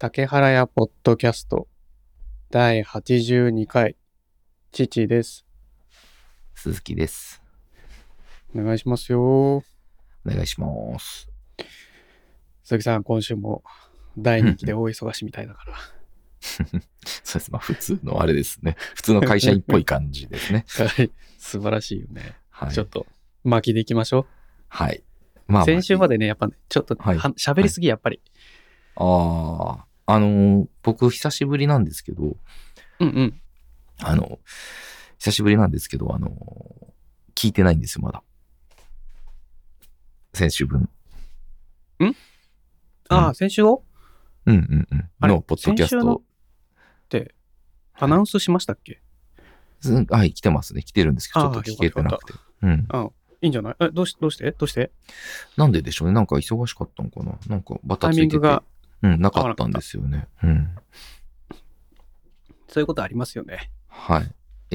竹原屋ポッドキャスト第82回父です。 鈴木です。 お願いしますよ。 お願いします。 鈴木さん、今週も第2期で大忙しみたいだからそうです。まあ普通のあれですね。普通の会社員っぽい感じですね。 はい、素晴らしいよね、 はい、 ちょっと巻きでいきましょう。 はい。まあ、 先週までね、やっぱね、ちょっと喋りすぎ、やっぱり。 僕久しぶりなんですけど、久しぶりなんですけど、聞いてないんですよ、まだ。先週分。 先週をのポッドキャスト。 ってアナウンスしましたっけ？ はい、来てますね。来てるんですけど、ちょっと聞けてなくて。 いいんじゃない？どうしてなんででしょうね。なんか忙しかったのかな。なんかバタついてて。 タイミングがなかったんですよね。 そういうことありますよね。 はい。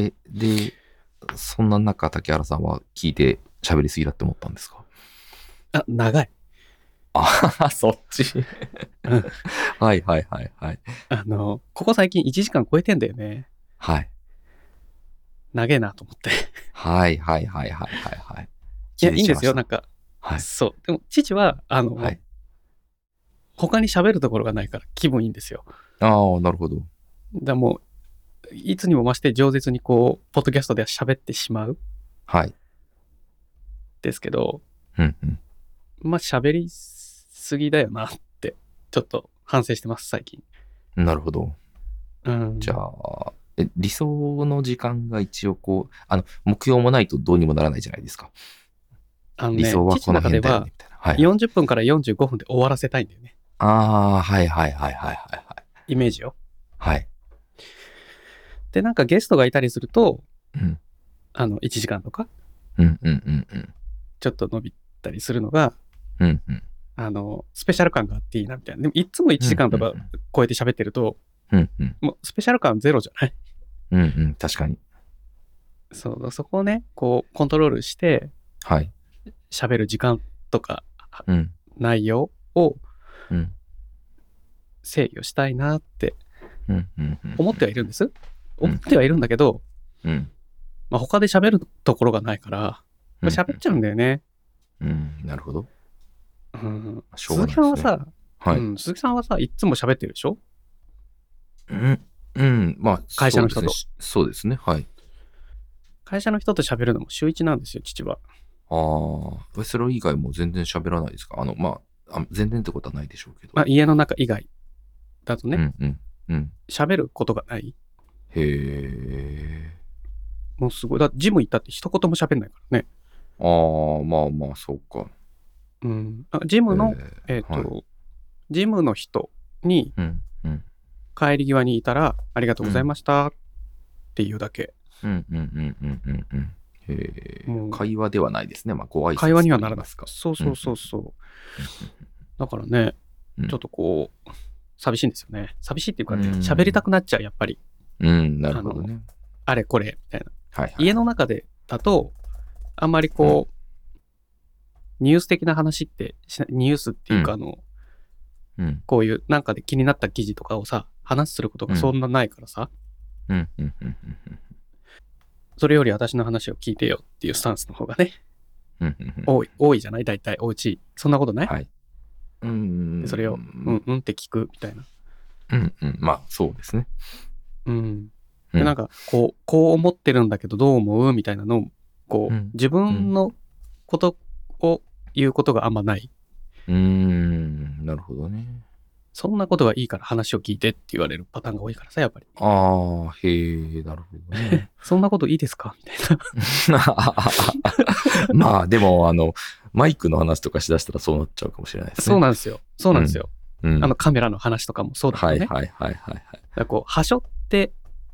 で、そんな中、竹原さんは聞いて喋りすぎだって思ったんですか？ 長い。 そっち。はい。 ここ最近1時間超えてんだよね。 はい。 長えなと思って。 はい。いや、いいんですよ、なんか。 はい。 そう。でも、父は、 はい。 他に喋るところがないから気分いいんですよ。 なるほど。 だもう、いつにも増して饒舌にこう、ポッドキャストでは喋ってしまう。 はい。 ですけど、まあ、喋りすぎだよなって、ちょっと反省してます、最近。 なるほど。じゃあ、理想の時間が一応こう、目標もないとどうにもならないじゃないですか。理想はこの辺だよね、みたいな。 はい。40分から45分で終わらせたいんだよね。 はい。 イメージよ。 はい。 で、なんかゲストがいたりすると、1時間とか、ちょっと伸びたりするのが、スペシャル感があっていいなみたいな。でも、いつも1時間とか超えて喋ってると、もうスペシャル感ゼロじゃない？ 確かに。 そこをね、こう、コントロールして、 はい。 喋る時間とか、内容を、制御したいなって、思ってはいるんです。思ってはいるんだけど、まあ、他で喋るところがないから、喋っちゃうんだよね。 なるほど。 鈴木さんはさ、鈴木さんはさ、いつも喋ってるでしょ？ まあ、 会社の人と。 そうですね、はい。 会社の人と喋るのも週1なんですよ、父は。 それ以外も全然喋らないですか？全然ってことはないでしょうけど。 まあ、家の中以外だとね、喋ることがない。 へえ。 もうすごい。だってジム行ったって一言も喋んないからね。 まあ、そうか。 ジムの、ジムの人に、帰り際にいたら、ありがとうございましたっていうだけ。 会話ではないですね。まあ、ご挨拶。 会話にはならないですか。そう。だからね、ちょっとこう、寂しいんですよね。寂しいっていうかね、喋りたくなっちゃう、やっぱり。 なるほどね。 あれこれ、みたいな。家の中でだと、あんまりこう、ニュース的な話って、ニュースっていうかこういうなんかで気になった記事とかをさ、話することがそんなないからさ。それより私の話を聞いてよっていうスタンスの方がね、多いじゃない？大体おうち。そんなことない？ はい。 それを、って聞くみたいな。 まあ、そうですね。 で、なんか、こう思ってるんだけどどう思うみたいなのを、こう、自分のことを言うことがあんまない。 なるほどね。 そんなことがいいから話を聞いてって言われるパターンが多いからさ、やっぱり。 へえ、なるほどね。 そんなこといいですかみたいな。 まあ、でも、マイクの話とかしだしたらそうなっちゃうかもしれないですね。 そうなんですよ。カメラの話とかもそうだけどね。 はい。 だこう、はしょって、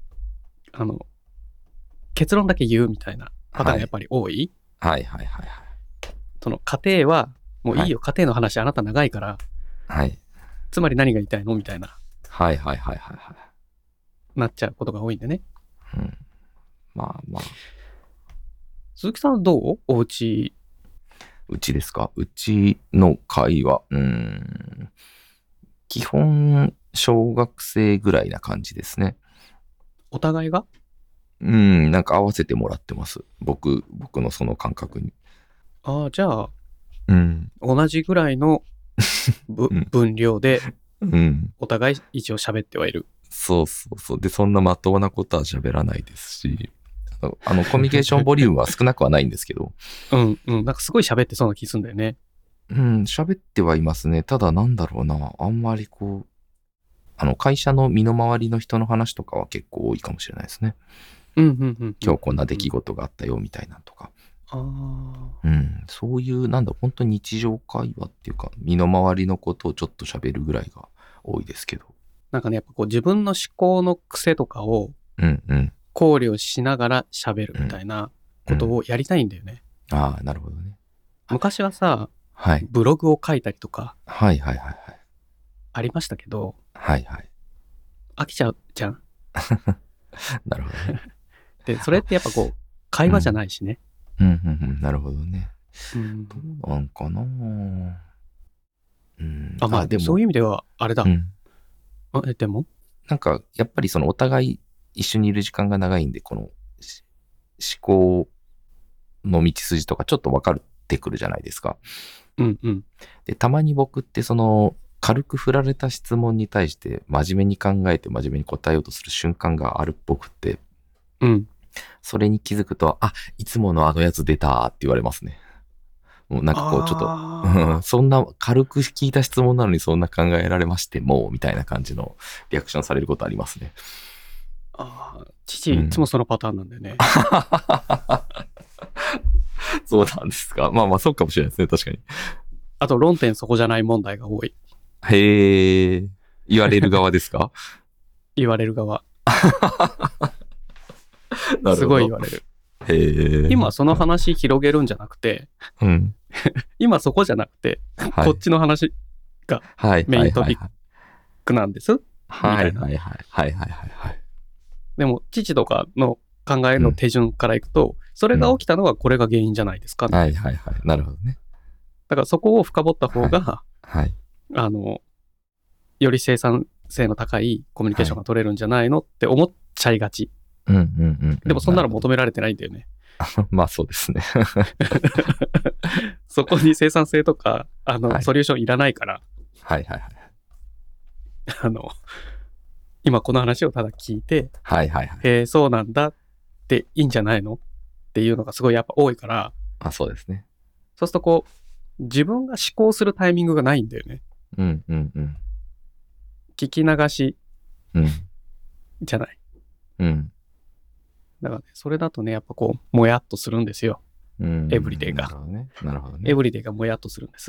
結論だけ言うみたいなパターンがやっぱり多い。 はい。 その家庭は、もういいよ、家庭の話あなた長いから、つまり何が言いたいのみたいな。 はい。 なっちゃうことが多いんでね。 まあ。 鈴木さんどう？お家。 うちですか？うちの会話。基本、 小学生ぐらいな感じですね。 お互いが？ なんか合わせてもらってます。僕のその感覚に。 ああ、じゃあ、同じぐらいの分量で、お互い一応喋ってはいる。 そうそうそう。で、そんなまともなことは喋らないですし、コミュニケーションボリュームは少なくはないんですけど。 なんかすごい喋ってそうな気するんだよね。 喋ってはいますね。ただなんだろうな、あんまりこう、会社の身の回りの人の話とかは結構多いかもしれないですね。今日こんな出来事があったよみたいなとか。そういう本当に日常会話っていうか、身の回りのことをちょっと喋るぐらいが多いですけど。 なんかね、やっぱこう自分の思考の癖とかを考慮しながら喋るみたいなことをやりたいんだよね。 ああ、なるほどね。 昔はさ、 はい、 ブログを書いたりとか、ありましたけど、飽きちゃうじゃん。 なるほどね。 で、それってやっぱこう、会話じゃないしね。 なるほどね。どうなんかなまあ、でもそういう意味では、あれだ。でもなんか、やっぱりそのお互い一緒にいる時間が長いんで、この思考の道筋とかちょっと分かってくるじゃないですか。で、たまに僕ってその、軽く振られた質問に対して真面目に考えて真面目に答えようとする瞬間があるっぽくて、それに気づくと、いつものあのやつ出たって言われますね。もうなんかこうちょっと、そんな軽く聞いた質問なのにそんな考えられましても、みたいな感じのリアクションされることありますね。 父、いつもそのパターンなんだよね。 そうなんですか。まあそうかもしれないですね、確かに。 あと論点そこじゃない問題が多い。 へえ、言われる側ですか？ 言われる側。すごい言われる。今その話広げるんじゃなくて、今そこじゃなくて、こっちの話がメイントピックなんです。でも父とかの考えの手順からいくと、それが起きたのはこれが原因じゃないですか。 なるほどね。 だからそこを深掘った方が、より生産性の高いコミュニケーションが取れるんじゃないのって思っちゃいがち。でもそんなの求められてないんだよね。 まあそうですね。 そこに生産性とかソリューションいらないから。今この話をただ聞いて、そうなんだっていいんじゃないのっていうのがすごいやっぱ多いから。 そうですね。 そうするとこう自分が思考するタイミングがないんだよね。聞き流しじゃない。だからね、それだとね、やっぱこう、もやっとするんですよ。エブリデイが。 なるほどね。 エブリデイがもやっとするんです。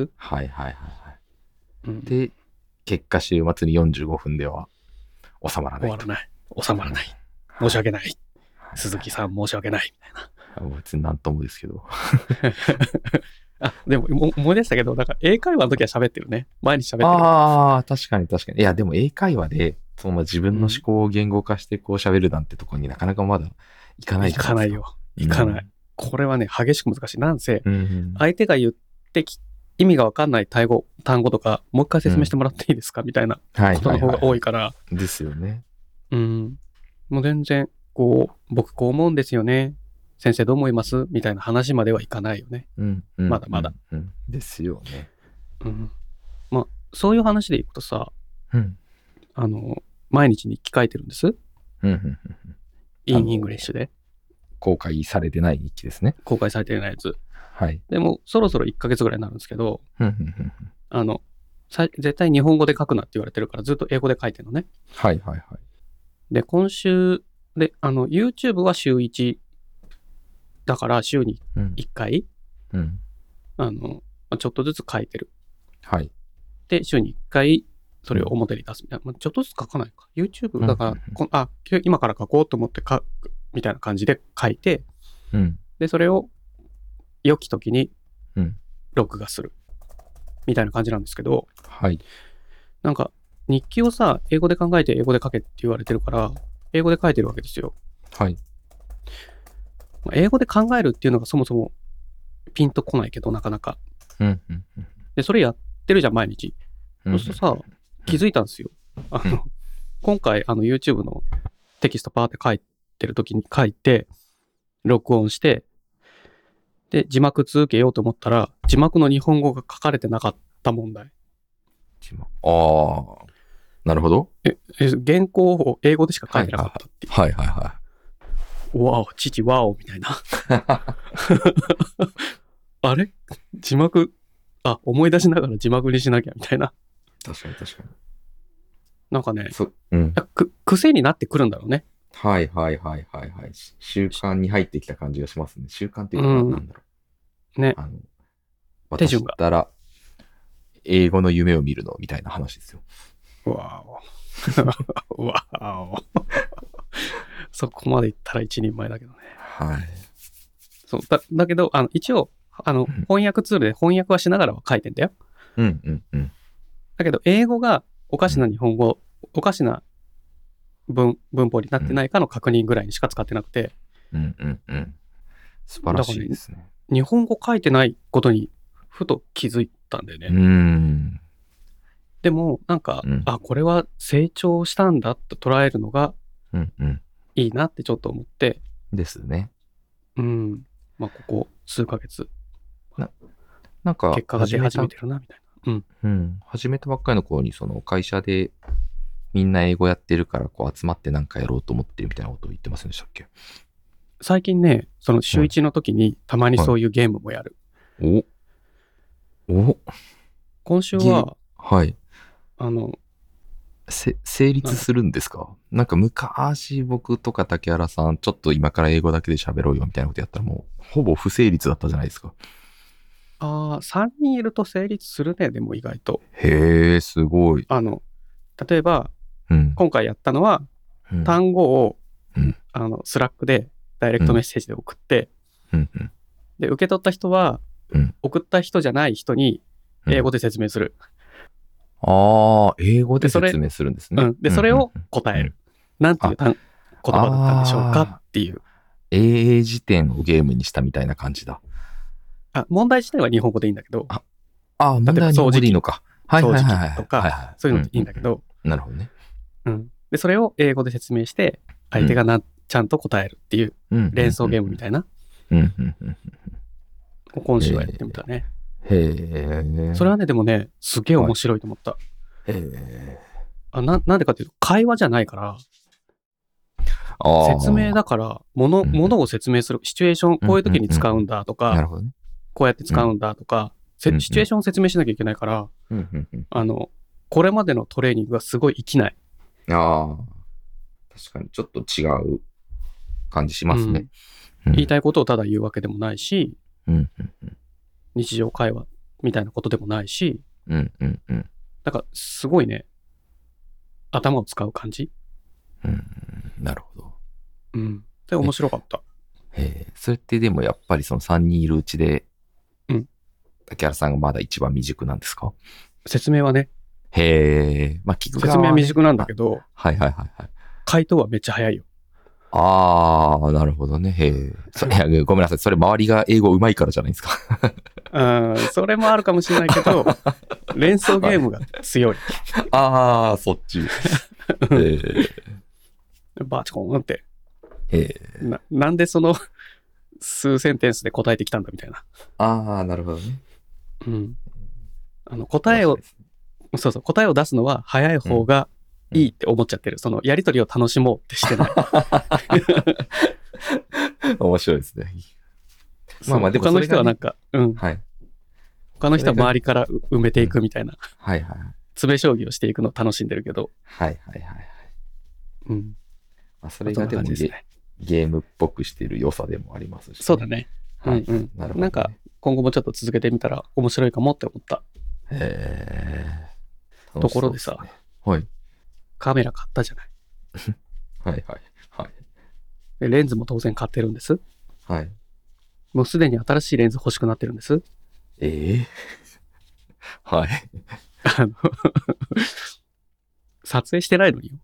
で、結果週末に45分では収まらない。 収まらない。申し訳ない。鈴木さん申し訳ない。みたいな。別になんともですけど。 でも思い出したけど、なんか英会話の時は喋ってるね。毎日喋ってる。 確かに。いや、でも英会話で、自分の思考を言語化してこう喋るなんてとこになかなかまだいかないじゃないですか。 いかない。これはね、激しく難しい。なんせ、相手が言って意味がわかんない単語とか、もう一回説明してもらっていいですかみたいなことの方が多いから。 ですよね。 もう全然、こう、僕こう思うんですよね。先生どう思いますみたいな話まではいかないよね。まだまだ。 ですよね。 まあ、そういう話でいくとさ、毎日日記書いてるんです。インイングリッシュで。 公開されてない日記ですね。 公開されてないやつ。でも、そろそろ1ヶ月ぐらいになるんですけど、絶対日本語で書くなって言われてるから、ずっと英語で書いてるのね。で、今週で、YouTube は週1だから週に1回、ちょっとずつ書いてる。で、週に1回、それを表に出すみたいな。ちょっとずつ書かないか。YouTube だから、今から書こうと思って書くみたいな感じで書いて、で、それを良き時に録画するみたいな感じなんですけど、なんか日記をさ、英語で考えて英語で書けって言われてるから、英語で書いてるわけですよ。英語で考えるっていうのがそもそもピンとこないけど、なかなか。で、それやってるじゃん、毎日。そうするとさ、気づいたんですよ。 今回YouTube のテキストパーって書いてる時に書いて、録音して、で、字幕続けようと思ったら、字幕の日本語が書かれてなかった問題。 なるほど。 原稿を英語でしか書いてなかったっていう。 はいはいはい。 わお、父わお、みたいな。あれ字幕、思い出しながら字幕にしなきゃ、みたいな。 確かに。 なんかね、癖になってくるんだろうね。 はい。習慣に入ってきた感じがしますね。習慣っていうか、なんだろう。ね。手順が。 私だったら、英語の夢を見るのみたいな話ですよ。 わお。わお。そこまでいったら一人前だけどね。 はい。 そう。だけど、一応、翻訳ツールで翻訳はしながらは書いてんだよ。だけど、英語がおかしな日本語、おかしな文法になってないかの確認ぐらいにしか使ってなくて。 素晴らしいですね。 日本語書いてないことにふと気づいたんだよね。でも、なんか、これは成長したんだと捉えるのがいいなってちょっと思って。 ですね。 まあ、ここ数ヶ月。 なんか、 結果が出始めてるな、みたいな。 始めたばっかりの頃に、その会社でみんな英語やってるから、こう集まってなんかやろうと思ってるみたいなことを言ってませんでしたっけ？ 最近ね、その週1の時にたまにそういうゲームもやる。今週は、 成立するんですか？なんか昔僕とか竹原さん、ちょっと今から英語だけで喋ろうよみたいなことやったらもう、ほぼ不成立だったじゃないですか。 3人いると成立するね、でも意外と。 へー、すごい。 例えば、今回やったのは、単語を、スラックでダイレクトメッセージで送って、で、受け取った人は、送った人じゃない人に英語で説明する。 英語で説明するんですね。 で、それを答える。なんていう言葉だったんでしょうかっていう。 英英辞典をゲームにしたみたいな感じだ。 問題自体は日本語でいいんだけど。 問題は日本語でいいのか。 掃除機とか、そういうのでいいんだけど。 なるほどね。 で、それを英語で説明して、相手がちゃんと答えるっていう連想ゲームみたいな。今週はやってみたね。それはね、でもね、すげえ面白いと思った。なんでかっていうと、会話じゃないから、説明だから、物を説明する、シチュエーション、こういう時に使うんだとか、こうやって使うんだとか、シチュエーションを説明しなきゃいけないから、これまでのトレーニングがすごい生きない。 確かにちょっと違う感じしますね。 言いたいことをただ言うわけでもないし、日常会話みたいなことでもないし、だからすごいね、頭を使う感じ。 なるほど。 で、面白かった。 それってでもやっぱりその3人いるうちで、竹原さんがまだ一番未熟なんですか？ 説明はね。 まあ聞く側はね、 説明は未熟なんだけど、回答はめっちゃ早いよ。 なるほどね。ごめんなさい。それ周りが英語上手いからじゃないですか。 それもあるかもしれないけど、連想ゲームが強い。 そっち。 バチコーンって。なんでその数センテンスで答えてきたんだみたいな。 なるほどね。 答えを出すのは早い方がいいって思っちゃってる。そのやりとりを楽しもうってしてない。 面白いですね。 でも他の人はなんか、他の人は周りから埋めていくみたいな。詰将棋をしていくのを楽しんでるけど。 それがでもゲームっぽくしてる良さでもありますし。 そうだね。なんか今後もちょっと続けてみたら面白いかもって思った。ところでさ、カメラ買ったじゃない。でレンズも当然買ってるんです。もうすでに新しいレンズ欲しくなってるんです。撮影してないのによ。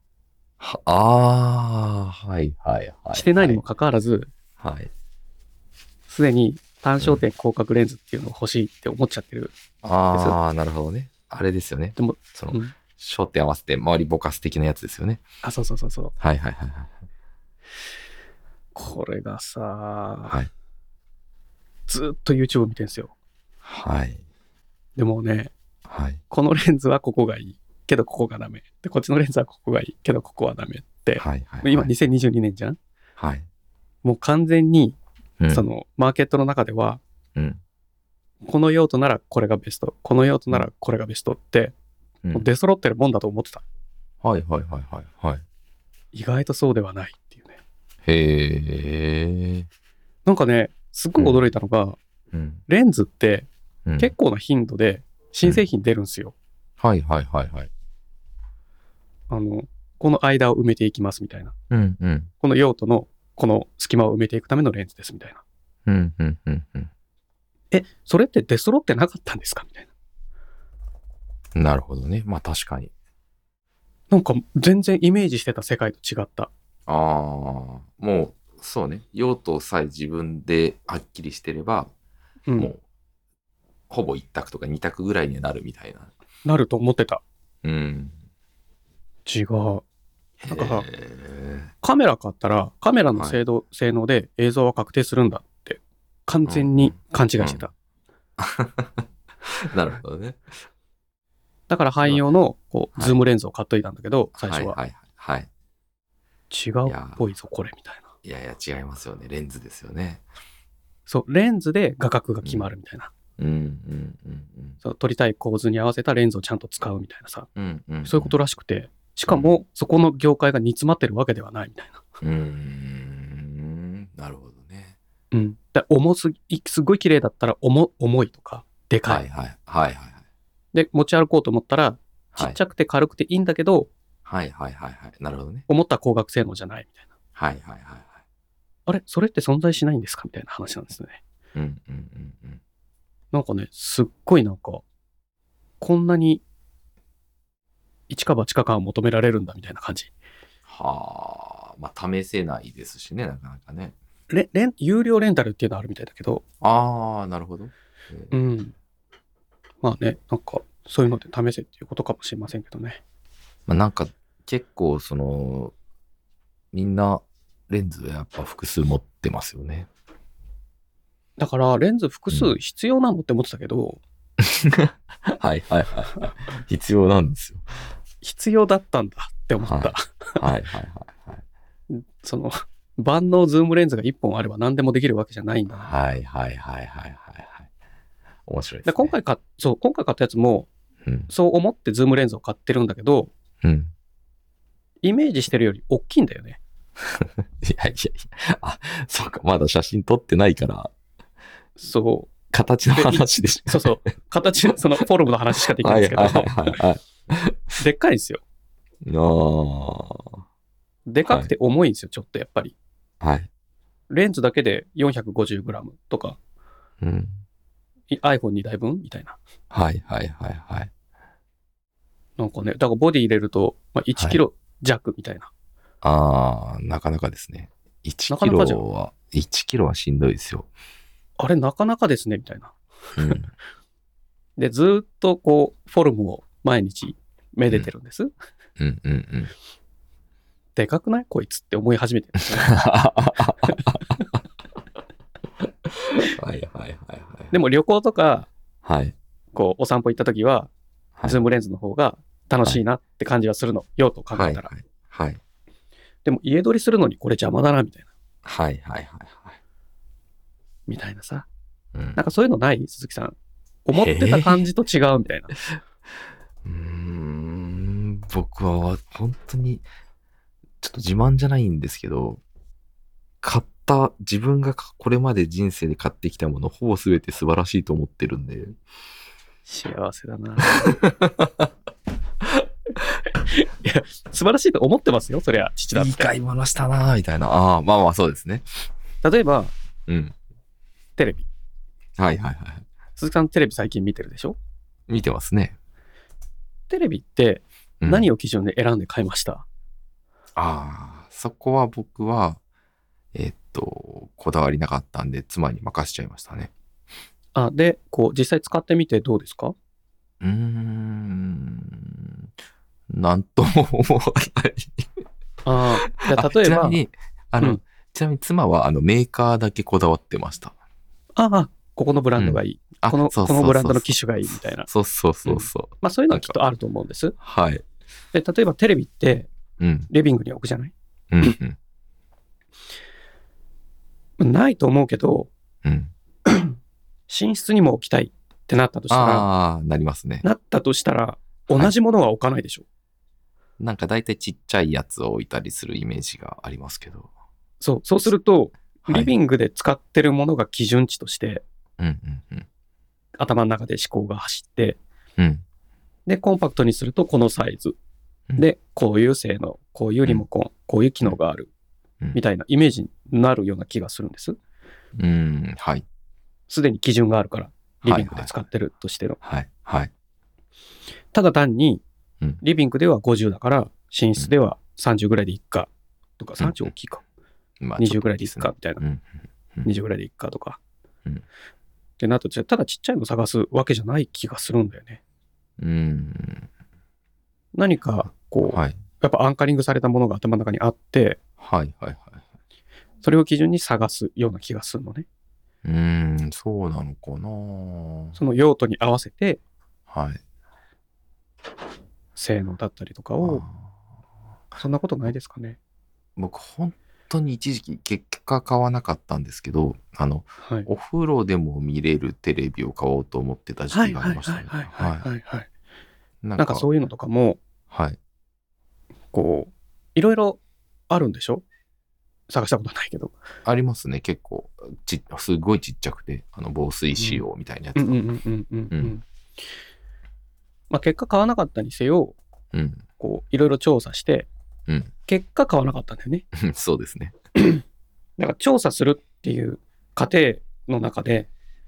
してないにもかかわらず、すでに単焦点広角レンズっていうのを欲しいって思っちゃってるんです。 なるほどね。あれですよね。 でも、 焦点合わせて周りぼかす的なやつですよね。 あ、そうそうそうそう。 はいはいはいはい。 これがさ、 はい。 ずっと YouTube 見てんすよ。 はい。 でもね、 はい。 このレンズはここがいい。けどここがダメ。で、こっちのレンズはここがいい。けどここはダメって。 はいはい、はい。 今2022年じゃん？ はい。 もう完全に、 うん、 そのマーケットの中では、 うん、 この用途ならこれがベスト。この用途ならこれがベストって、もう出揃ってるもんだと思ってた。 はいはいはいはいはい。 意外とそうではないっていうね。 へえ。 なんかね、すっごい驚いたのが、レンズって結構な頻度で新製品出るんですよ。 はいはいはいはい。 この間を埋めていきますみたいな。 うんうん。 この用途のこの隙間を埋めていくためのレンズですみたいな。 うんうんうんうん。 それって出揃ってなかったんですかみたいな。なるほどね。まあ確かに。 なんか全然イメージしてた世界と違った。 ああ、もうそうね。用途さえ自分ではっきりしてれば、もうほぼ一択とか二択ぐらいになるみたいな。 なると思ってた。 うん。 違う。なんかさ、カメラ買ったらカメラの性能で映像は確定するんだって完全に勘違いしてた。 なるほどね。 だから汎用のこうズームレンズを買っといたんだけど、最初は。 はいはい。 違うっぽいぞ、これみたいな。 いやいや、違いますよね。レンズですよね。 そう、レンズで画角が決まるみたいな。そう、撮りたい構図に合わせたレンズをちゃんと使うみたいなさ。そういうことらしくて、しかもそこの業界が煮詰まってるわけではないみたいな。 なるほどね。 うん。すごい綺麗だったら重いとか、でかい。 はい。 で、持ち歩こうと思ったら、ちっちゃくて軽くていいんだけど、 なるほどね。 思った光学性能じゃないみたいな。 はい。 あれそれって存在しないんですかみたいな話なんですね。なんかね、すっごいなんか、こんなに一か八か感を求められるんだみたいな感じ。 はあ、まあ試せないですしね、なかなかね。 有料レンタルっていうのあるみたいだけど。 ああ、なるほど。 うん。まあね、なんかそういうので試せっていうことかもしれませんけどね。 まあなんか結構みんなレンズやっぱ複数持ってますよね。 だからレンズ複数必要なのって思ってたけど。 はい。必要なんですよ。 必要だったんだって思った。 はい。 その万能ズームレンズが1本あれば何でもできるわけじゃないんだ。 はい。面白いですね。 今回買ったやつも、そう思ってズームレンズを買ってるんだけど、イメージしてるより大きいんだよね。 いや、あ、そうか、まだ写真撮ってないから。 そう。 形の話でしょ。 そう。形、そのフォルムの話しかできないんですけど。でっかいんですよ。でかくて重いんですよ、ちょっとやっぱり。 はい。 レンズだけで 450g とか。iPhone2 台分みたいな。 はい。 なんかね、だからボディ入れると、1キロ弱みたいな。 なかなかですね。1キロはしんどいですよ。 あれ、なかなかですね、みたいな。で、ずっとこう、フォルムを毎日めでてるんです。でかくないこいつって思い始めてるんですね。でも旅行とか、こう、お散歩行った時は、ズームレンズの方が楽しいなって感じはするの。用途考えたら。でも家撮りするのにこれ邪魔だな、みたいな。みたいなさ。なんかそういうのない鈴木さん。思ってた感じと違うみたいな。 僕は本当に、ちょっと自慢じゃないんですけど、自分がこれまで人生で買ってきたもの、ほぼ全て素晴らしいと思ってるんで。 幸せだな。いや、素晴らしいと思ってますよ、そりゃ、父だって。 いい買い物したなみたいな。まあそうですね。 例えば、テレビ。 はい。 鈴木さんテレビ最近見てるでしょ？ 見てますね。 テレビって何を基準で選んで買いました？ そこは僕は、こだわりなかったんで、妻に任せちゃいましたね。 で、こう、実際使ってみてどうですか？ なんとも思わない。 じゃあ例えば。 ちなみに、ちなみに妻はメーカーだけこだわってました。 ここのブランドがいい。このブランドの機種がいいみたいな。 そう。 そういうのはきっとあると思うんです。 はい。 で、例えばテレビって、リビングに置くじゃない？ないと思うけど、寝室にも置きたいってなったとしたら、 なりますね。 なったとしたら、同じものは置かないでしょ。 なんか大体ちっちゃいやつを置いたりするイメージがありますけど。 そうすると、リビングで使ってるものが基準値として、頭の中で思考が走って、で、コンパクトにするとこのサイズ。で、こういう性能、こういうリモコン、こういう機能がある。みたいなイメージになるような気がするんです。 はい。 すでに基準があるから、リビングで使ってるとしての。ただ単に、リビングでは50だから、寝室では30ぐらいでいっか。とか、30大きいか。20ぐらいでいっか、みたいな。20ぐらいでいっかとか。ってなると、ただちっちゃいの探すわけじゃない気がするんだよね。何か、やっぱアンカリングされたものが頭の中にあって、それを基準に探すような気がするのね。 そうなのかな。 その用途に合わせて、性能だったりとかを、そんなことないですかね。 僕、本当に一時期結果買わなかったんですけど、お風呂でも見れるテレビを買おうと思ってた時期がありましたね。 なんかそういうのとかも、いろいろあるんでしょ？探したことないけど。 ありますね、結構。すごいちっちゃくて、防水仕様みたいなやつが。 結果買わなかったにせよ、いろいろ調査して、結果買わなかったんだよね。 そうですね。 だから調査するっていう過程の中で、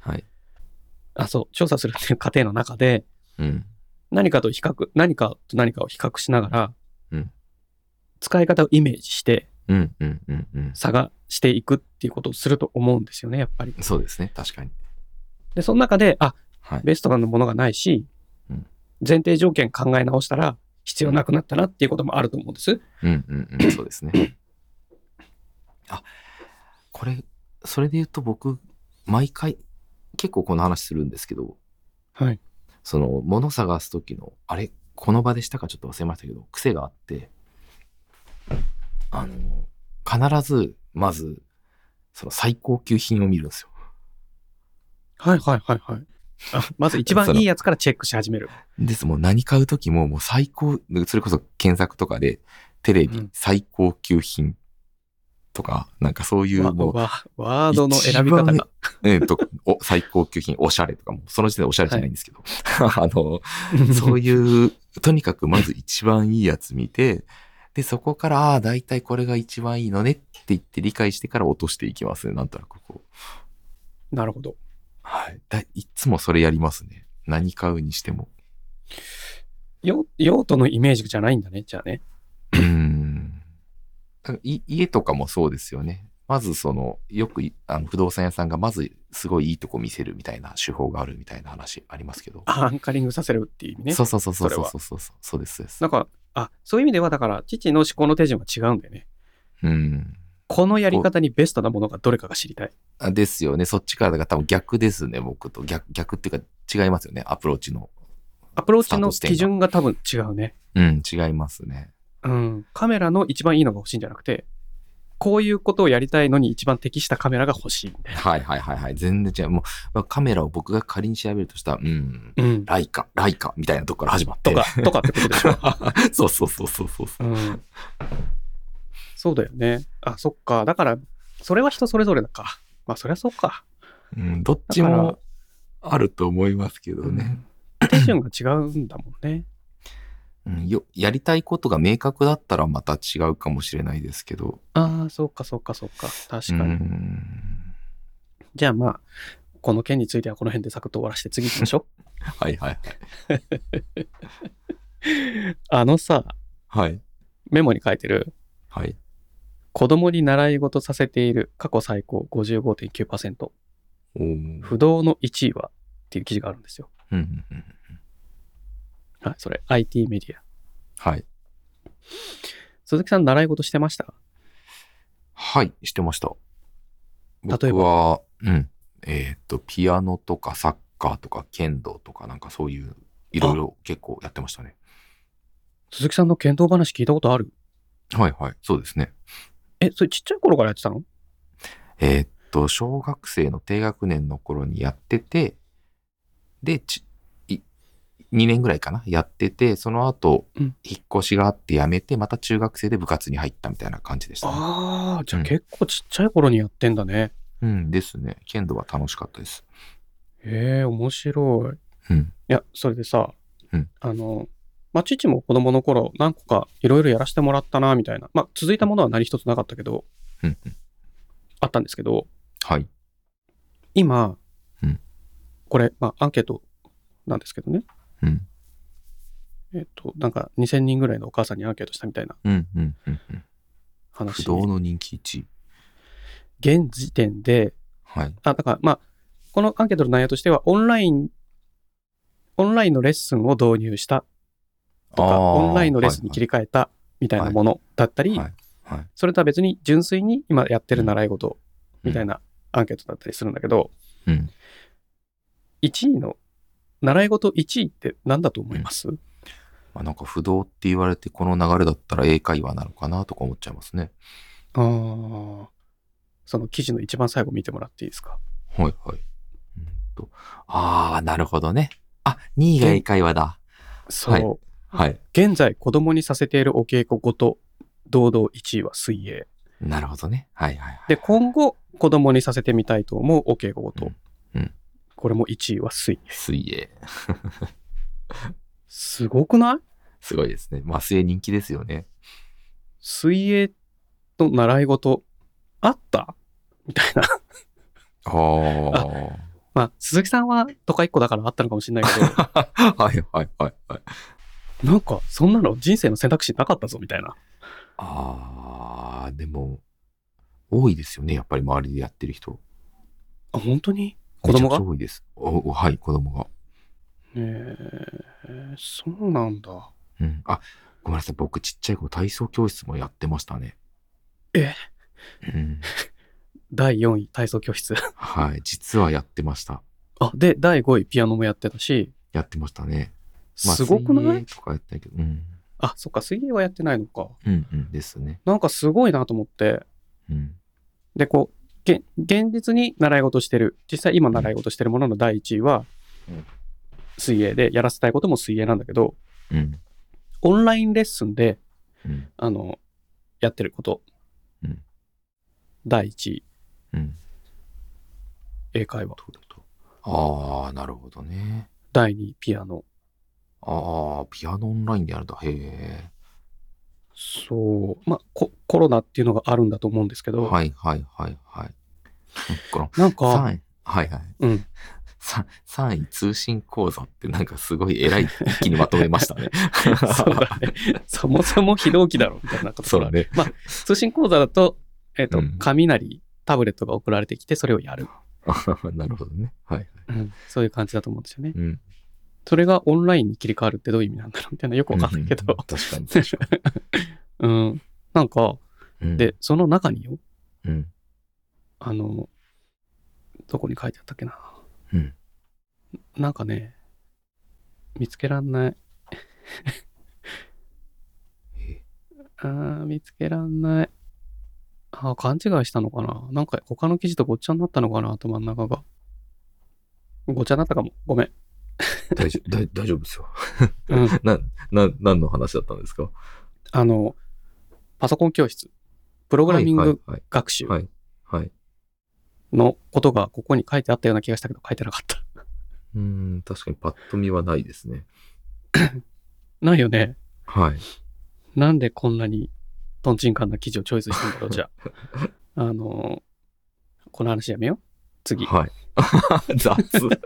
調査するっていう過程の中で、何かと何かを比較しながら、使い方をイメージして、探していくっていうことをすると思うんですよね、やっぱり。 そうですね、確かに。 で、その中で、ベストなものがないし、前提条件考え直したら必要なくなったなっていうこともあると思うんです。 そうですね。それで言うと僕、毎回、結構この話するんですけど、その、物探すときの、この場でしたかちょっと忘れましたけど、癖があって、必ず、まず、その最高級品を見るんですよ。 まず一番いいやつからチェックし始める。 もう何買うときも、もう最高、それこそ検索とかで、テレビ最高級品とか、なんかそういうもう、 ワードの選び方が。 最高級品、おしゃれとかも、その時点でおしゃれじゃないんですけど、そういう、とにかくまず一番いいやつ見て、で、そこから、だいたいこれが一番いいのねって言って理解してから落としていきますね、なんとなくなるほど。 いつもそれやりますね。何買うにしても。 用途のイメージじゃないんだね、じゃあね。 家とかもそうですよね。まずよく不動産屋さんがまずすごいいいとこ見せるみたいな手法があるみたいな話ありますけど。 アンカリングさせるっていう意味ね。 そうです。 なんか、そういう意味ではだから父の思考の手順は違うんだよね。このやり方にベストなものがどれかが知りたい。 ですよね。そっちからが多分逆ですね、僕と。逆っていうか違いますよね、アプローチの基準が多分違うね。 違いますね。 カメラの一番いいのが欲しいんじゃなくて、こういうことをやりたいのに一番適したカメラが欲しいみたいな。全然違う。もう、カメラを僕が仮に調べるとしたら、ライカみたいなとこから始まって。 とかってことでしょ。 そう。 そうだよね。そっか。だから、それは人それぞれだか。そりゃそうか。 どっちもあると思いますけどね。 手順が違うんだもんね。 やりたいことが明確だったらまた違うかもしれないですけど。 そうか。確かに。じゃあこの件についてはこの辺でサクッと終わらせて次行きましょう。 メモに書いてる。子供に習い事させている過去最高 55.9%。不動の1位はっていう記事があるんですよ。それ IT メディはい。 鈴木さん、習い事してました？ はい、してました。 例えば？ 僕は、ピアノとかサッカーとか剣道とかなんかそういういろいろ結構やってましたね。 鈴木さんの剣道話聞いたことある？ はいはい、そうですね。 それちっちゃい頃からやってたの？ 小学生の低学年の頃にやってて、で、2年ぐらいかなやってて、その後、引っ越しがあって辞めて、また中学生で部活に入ったみたいな感じでしたね。 ああ、じゃあ結構ちっちゃい頃にやってんだね。 うんですね。剣道は楽しかったです。 へえ、面白い。いや、それでさ、父も子供の頃何個かいろいろやらせてもらったな、みたいな。続いたものは何一つなかったけど、あったんですけど、 はい。 今、これ、アンケートなんですけどね。なんか2000人ぐらいのお母さんにアンケートしたみたいな話。 不動の人気1位。 現時点で、 はい。 だからこのアンケートの内容としては、オンラインのレッスンを導入したとか、オンラインのレッスンに切り替えたみたいなものだったり、それとは別に純粋に今やってる習い事みたいなアンケートだったりするんだけど、1位の習い事1位って何だと思います？ なんか不動って言われてこの流れだったら英会話なのかなとか思っちゃいますね。 その記事の一番最後見てもらっていいですか？ はいはい。なるほどね。2位が英会話だ。 そう。はい。現在子供にさせているお稽古ごと堂々1位は水泳。 なるほどね。はいはい。 で、今後子供にさせてみたいと思うお稽古ごと。これも1位は水泳。 水泳。 すごくない？ すごいですね。水泳人気ですよね。 水泳の習い事あったみたいな。鈴木さんは都会っ子だからあったのかもしれないけど。 はいはいはい。 なんかそんなの人生の選択肢なかったぞみたいな。 でも多いですよね。やっぱり周りでやってる人。 本当に？子供が？ めちゃくちゃ多いです。はい、子供が。 そうなんだ。 ごめんなさい。僕ちっちゃい頃体操教室もやってましたね。 第4位体操教室。 はい、実はやってました。 で第5位ピアノもやってたし。 やってましたね。 すごくない？ 水泳とかやったけど。 そっか、水泳はやってないのか。 ですね。 なんかすごいなと思って。で、現実に習い事してる、実際今習い事してるものの第1位は、水泳で、やらせたいことも水泳なんだけど、オンラインレッスンで、やってること、第1位、英会話。 なるほどね。 第2位、ピアノ。 ピアノオンラインでやるんだ。へえ。 そう。コロナっていうのがあるんだと思うんですけど。 はい。 なんか、 3位通信講座ってなんかすごい偉い一気にまとめましたね。 そうだね。そもそも非同期だろみたいなことそうね。 通信講座だと、紙なりタブレットが送られてきてそれをやる。 なるほどね。はい。 そういう感じだと思うんですよね。それがオンラインに切り替わるってどういう意味なんだろうみたいなよくわかんないけど。 確かに。 なんか、で、その中によ。どこに書いてあったっけな。なんかね、見つけらんない。見つけらんない。勘違いしたのかな。なんか他の記事とごっちゃになったのかな、頭の中が。ごっちゃになったかも。ごめん。 大丈夫ですよ。何の話だったんですか？ パソコン教室、プログラミング学習のことがここに書いてあったような気がしたけど書いてなかった。 確かにパッと見はないですね。 ないよね。 はい。 なんでこんなにトンチンカンな記事をチョイスしたんだろう、じゃあ。この話やめよう。次。 はい。雑。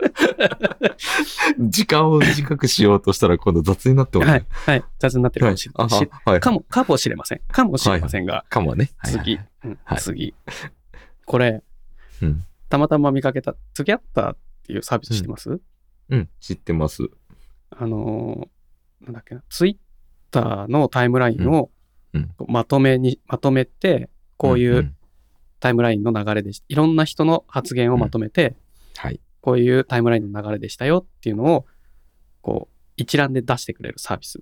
時間を短くしようとしたら今度雑になってますね。 はい。雑になってるかもしれない。かもしれません。かもしれませんが。 かもね。 次。次。これ、たまたま見かけた、付き合ったっていうサービス知ってます？ 知ってます。 なんだっけな。ツイッターのタイムラインをまとめて、こういうタイムラインの流れでいろんな人の発言をまとめて、 はい、 こういうタイムラインの流れでしたよっていうのをこう一覧で出してくれるサービス、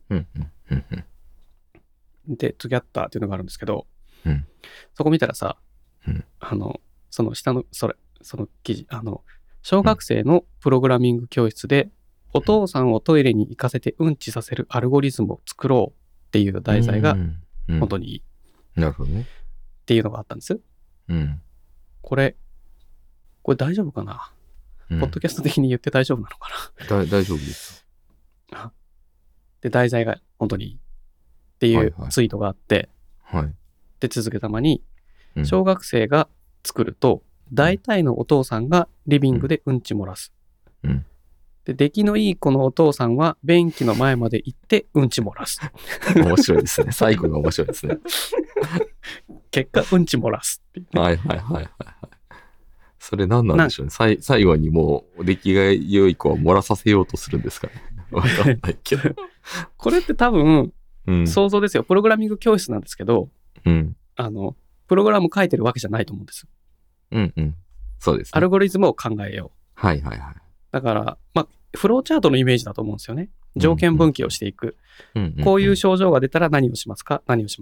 でトゥギャッターっていうのがあるんですけど、そこ見たらさ、その下のその記事、小学生のプログラミング教室でお父さんをトイレに行かせてうんちさせるアルゴリズムを作ろうっていう題材が本当にいい、 なるほどねっていうのがあったんです。これ大丈夫かな、ポッドキャスト的に言って大丈夫なのかな。大丈夫です。 で題材が本当にいいっていうツイートがあって、で続けたまに、小学生が作ると大体のお父さんがリビングでうんち漏らす、で出来のいい子のお父さんは便器の前まで行ってうんち漏らす。 面白いですね。最後が面白いですね。 結果うんち漏らすっていう、 ね、それ何なんでしょうね。最後にもう出来が良い子は漏らさせようとするんですかね。わかんないけど。 これって多分、想像ですよ。プログラミング教室なんですけど、プログラム書いてるわけじゃないと思うんです。 そうです、ね。 アルゴリズムを考えよう。 だから、フローチャートのイメージだと思うんですよね。条件分岐をしていく。こういう症状が出たら何をしますか？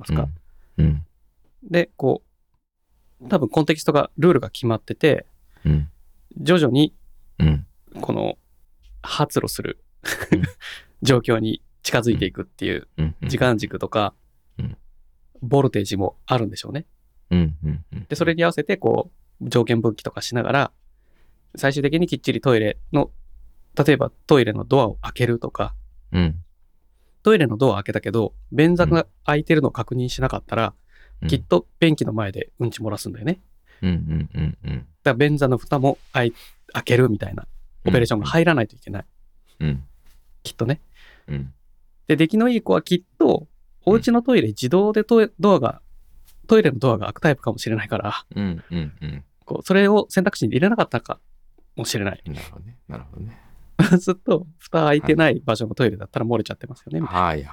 で、こう、多分コンテキストが、ルールが決まってて、徐々に、この、発露する状況に近づいていくっていう時間軸とか、ボルテージもあるんでしょうね。で、それに合わせて、こう、条件分岐とかしながら、最終的にきっちりトイレの、例えばトイレのドアを開けるとか、トイレのドア開けたけど、便座が開いてるのを確認しなかったら、きっと便器の前でうんち漏らすんだよね。だから便座の蓋も開けるみたいなオペレーションが入らないといけない。きっとね。で、出来のいい子はきっと、お家のトイレ自動でトイレのドアが開くタイプかもしれないから、こうそれを選択肢に入れなかったかもしれない。 なるほどね。 ずっと蓋開いてない場所のトイレだったら漏れちゃってますよね。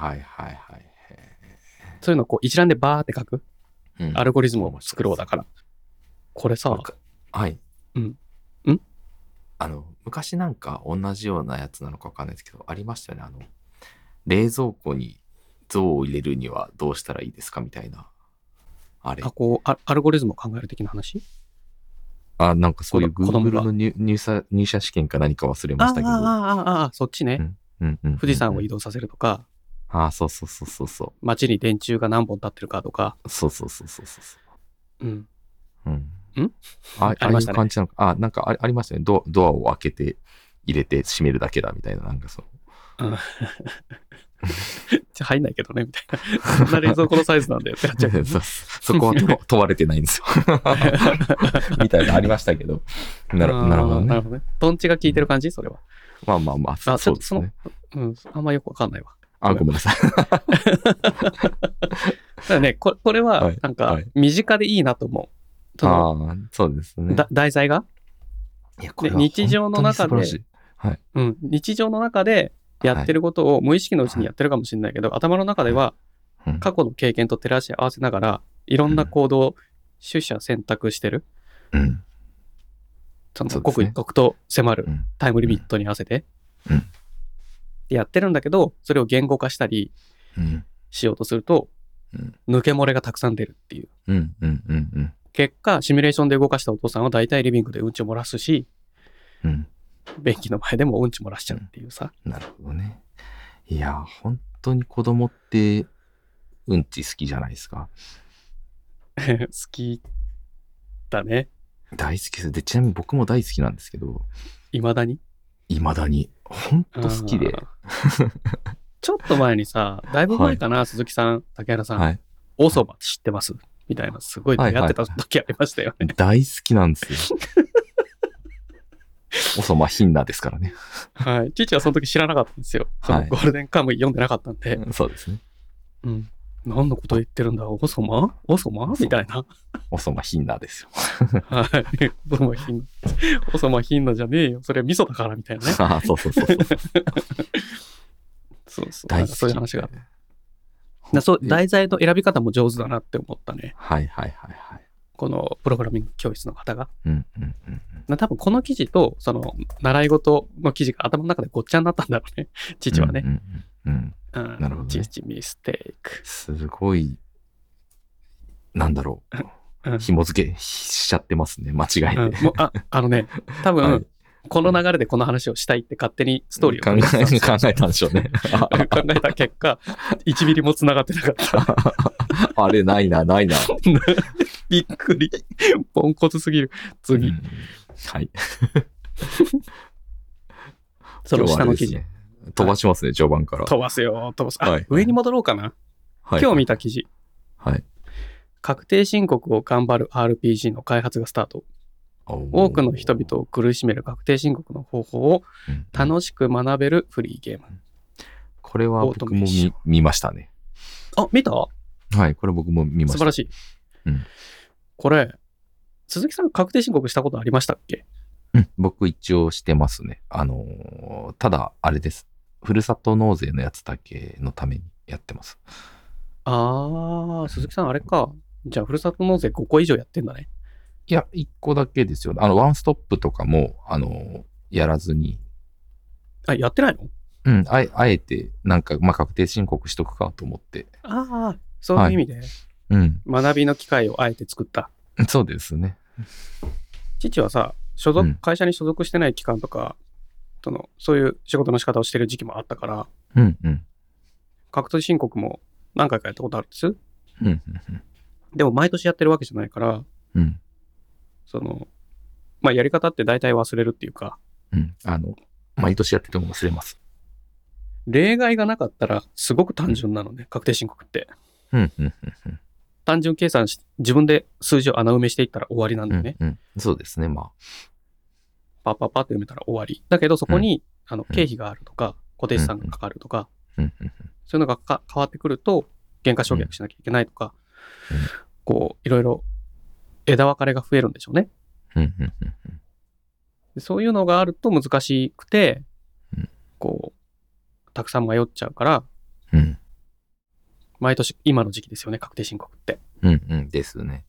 そういうのをこう一覧でバーって書く、アルゴリズムを作ろうだから。これさ、 昔なんか同じようなやつなのか分かんないですけど、ありましたよね。冷蔵庫に像を入れるにはどうしたらいいですかみたいな。アルゴリズムを考える的な話？ なんかそういう Google の入社試験か何か忘れましたけど。 そっちね。富士山を移動させるとか。 そう。 街に電柱が何本立ってるかとか。 そう。 ありましたね。 感じなのか。なんかありましたね。ドアを開けて入れて閉めるだけだみたいな、なんかそう。 入んないけどねみたいな。そんな冷蔵庫のサイズなんだよってなっちゃう。 そこは問われてないんですよ。みたいなありましたけど。なるほどね。 トンチが効いてる感じ？それは。 そうですね。 あんまよくわかんないわ。 ごめんなさい。 だからね、これはなんか身近でいいなと思う。 そうですね。 題材が日常の中で、日常の中でやってることを無意識のうちにやってるかもしれないけど、頭の中では過去の経験と照らし合わせながらいろんな行動を取捨選択してる。その刻一刻と迫るタイムリミットに合わせてやってるんだけど、それを言語化したりしようとすると抜け漏れがたくさん出るっていう。結果シミュレーションで動かしたお父さんは大体リビングでうんちを漏らすし、便器の前でもうんち漏らしちゃうっていうさ。 なるほどね。いや本当に子供ってうんち好きじゃないですか。 好きだね。 大好きです。でちなみに僕も大好きなんですけど、 いまだに本当好きでちょっと前にさ、だいぶ前かな、鈴木さん、竹原さん、おそば知ってますみたいな、すごいやってた時ありましたよね。 大好きなんですよ。おそばヒンナですからね。 はい。父はその時知らなかったんですよ。ゴールデンカムイ読んでなかったんで。 そうですね。 何のこと言ってるんだ、おそばみたいな。 おそばヒンナですよ。 はい。おそばヒンナじゃねえよ。それは味噌だからみたいなね。 そう。 そう。そういう話がある。 題材の選び方も上手だなって思ったね。 はいはいはいはい。 このプログラミング教室の方が。 うんうんうん。 多分この記事と、その、習い事の記事が頭の中でごっちゃになったんだろうね。父はね。 なるほど、ね。 父ミステイク。 すごい、なんだろう。紐付けしちゃってますね。間違えて。 もう多分、はい、この流れでこの話をしたいって勝手にストーリーを考えたんでしょうね。 考えた結果、1ミリも繋がってなかった。 あれ、ないな。 びっくり。ポンコツすぎる。次。 はい。 その下の記事。 飛ばしますね、序盤から。 飛ばす。上に戻ろうかな。今日見た記事。 はい。 確定申告を頑張る RPG の開発がスタート。多くの人々を苦しめる確定申告の方法を楽しく学べるフリーゲーム。 これは僕も見ましたね。 あ、見た？ はい、これ僕も見ました。 素晴らしい。これ、鈴木さん確定申告したことありましたっけ？ 僕一応してますね。ただ、あれです。ふるさと納税のやつだけのためにやってます。 鈴木さんあれか。じゃあ、ふるさと納税5個以上やってんだね。 いや、1個だけですよ。ワンストップとかも、やらずに。 やってないの？ あえて、確定申告しとくかと思って。 そういう意味で、学びの機会をあえて作った。 そうですね。 父はさ、会社に所属してない期間とか、そういう仕事の仕方をしてる時期もあったから、確定申告も何回かやったことあるんです。でも毎年やってるわけじゃないから、やり方って大体忘れるっていうか、 毎年やってても忘れます。 例外がなかったらすごく単純なのね、確定申告って。単純計算し、自分で数字を穴埋めしていったら終わりなんだよね。 そうですね、 パッパッパって読めたら終わり。だけどそこに、経費があるとか、固定資産がかかるとか、そういうのが変わってくると、減価償却しなきゃいけないとか、いろいろ枝分かれが増えるんでしょうね。そういうのがあると難しくて、たくさん迷っちゃうから、毎年今の時期ですよね、確定申告って。 ですね。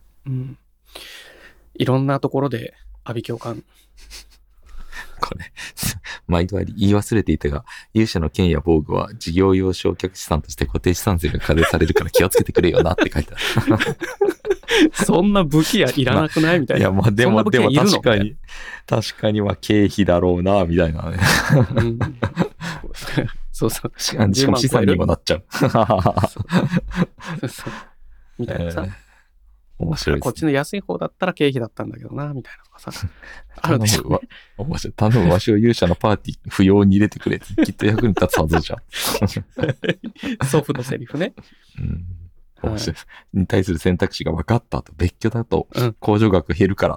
いろんなところで阿鼻叫喚。 これ、毎度あり言い忘れていたが、勇者の剣や防具は事業用償却資産として固定資産税が課税されるから気をつけてくれよなって書いてある。 そんな武器はいらなくないみたいな。 いや、でも確かに経費だろうな、みたいなね。 そうそう。 しかも資産にもなっちゃう。 みたいなさ。 面白いですね。 こっちの安い方だったら経費だったんだけどな、みたいなとかさ。 あるでしょ。面白い。頼むわしを勇者のパーティー不要に入れてくれって、きっと役に立つはずじゃん。 祖父のセリフね。 面白いです。に対する選択肢が分かったと、別居だと、控除額減るから、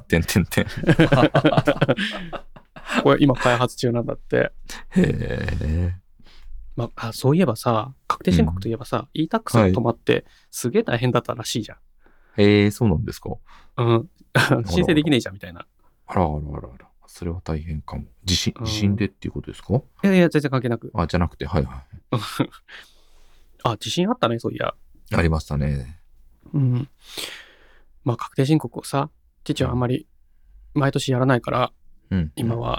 これ今開発中なんだって。 へー。そういえばさ、確定申告といえばさ、e-tax が止まって、すげえ大変だったらしいじゃん。 そうなんですか？ 申請できねえじゃんみたいな。 あら。それは大変かも。地震でっていうことですか？ いや、全然関係なく。 じゃなくて、はい。 地震あったね、そういや。 ありましたね。 確定申告をさ、父はあんまり毎年やらないから、今は、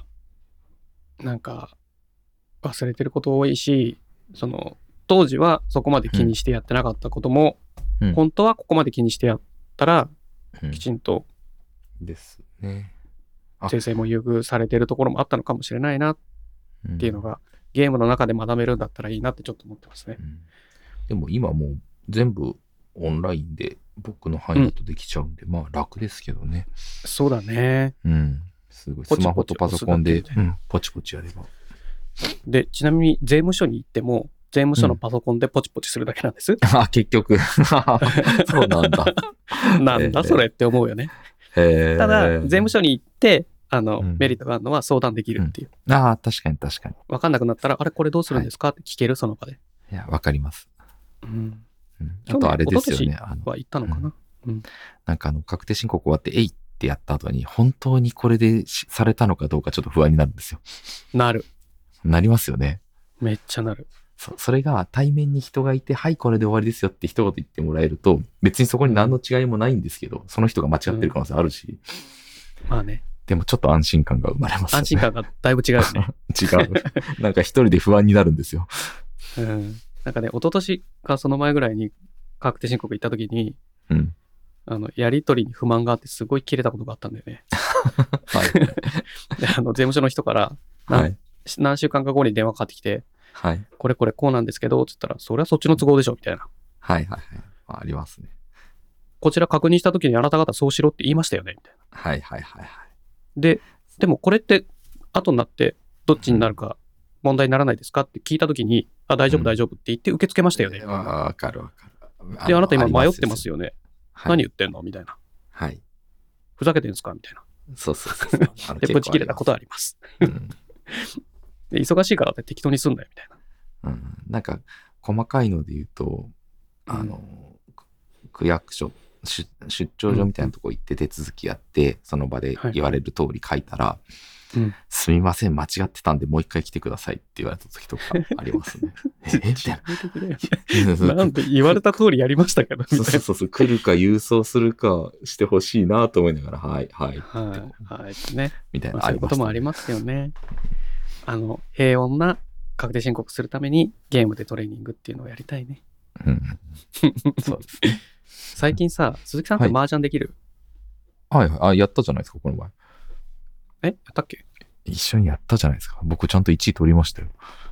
忘れてること多いし、当時はそこまで気にしてやってなかったことも、本当はここまで気にしてやったら、きちんと、 ですね。 税制も優遇されてるところもあったのかもしれないなっていうのが、ゲームの中で学べるんだったらいいなってちょっと思ってますね。 でも今もう全部オンラインで僕の範囲だとできちゃうんで、楽ですけどね。 そうだね。 すごい。スマホとパソコンでポチポチやれば。で、 ちなみに税務署に行っても、税務署のパソコンでポチポチするだけなんです。 結局。そうなんだ。 なんだそれって思うよね。ただ、税務署に行って、メリットがあるのは相談できるっていう。 確かに。 わかんなくなったら、これどうするんですかって聞ける、その場で。 いや、わかります。あとあれですよね。 は行ったのかな。 確定申告終わって、えいってやった後に、本当にこれでされたのかどうかちょっと不安になるんですよ。 なる。 なりますよね。 めっちゃなる。 それが対面に人がいて、はい、これで終わりですよって一言言ってもらえると、別にそこに何の違いもないんですけど、その人が間違ってる可能性あるし。 まあね。 でもちょっと安心感が生まれますね。 安心感がだいぶ違うよね。 違う。なんか一人で不安になるんですよ。 なんかね、一昨年かその前ぐらいに確定申告行った時に、やりとりに不満があってすごい切れたことがあったんだよね。はい。で、税務署の人から、何週間か後に電話かかってきて、はい、これこうなんですけど、つったら、それはそっちの都合でしょ、みたいな。 はいはいはい。ありますね。 こちら確認した時にあなた方そうしろって言いましたよね、みたいな。 はいはいはいはい。 でもこれって後になってどっちになるか問題にならないですかって聞いた時に、あ、大丈夫大丈夫って言って受け付けましたよね。 わかる。 で、あなた今迷ってますよね。何言ってんのみたいな。 はい。 ふざけてんすかみたいな。 そうで、ぶち切れたことあります。で、忙しいからって適当にすんなよ、みたいな。なんか、細かいので言うと、区役所、出張所みたいなとこ行って手続きやって、その場で言われる通り書いたら、すみません、間違ってたんでもう一回来てくださいって言われた時とかありますね。みたいな。なんで言われた通りやりましたけど、 そう、来るか郵送するかしてほしいなと思いながら、はい。 ね。 みたいな、 そういうこともありますよね。平穏な確定申告するためにゲームでトレーニングっていうのをやりたいね。そうですね。最近さ、鈴木さんって麻雀できる？ はい。やったじゃないですか、この前。 やったっけ？ 一緒にやったじゃないですか。僕ちゃんと1位取りましたよ。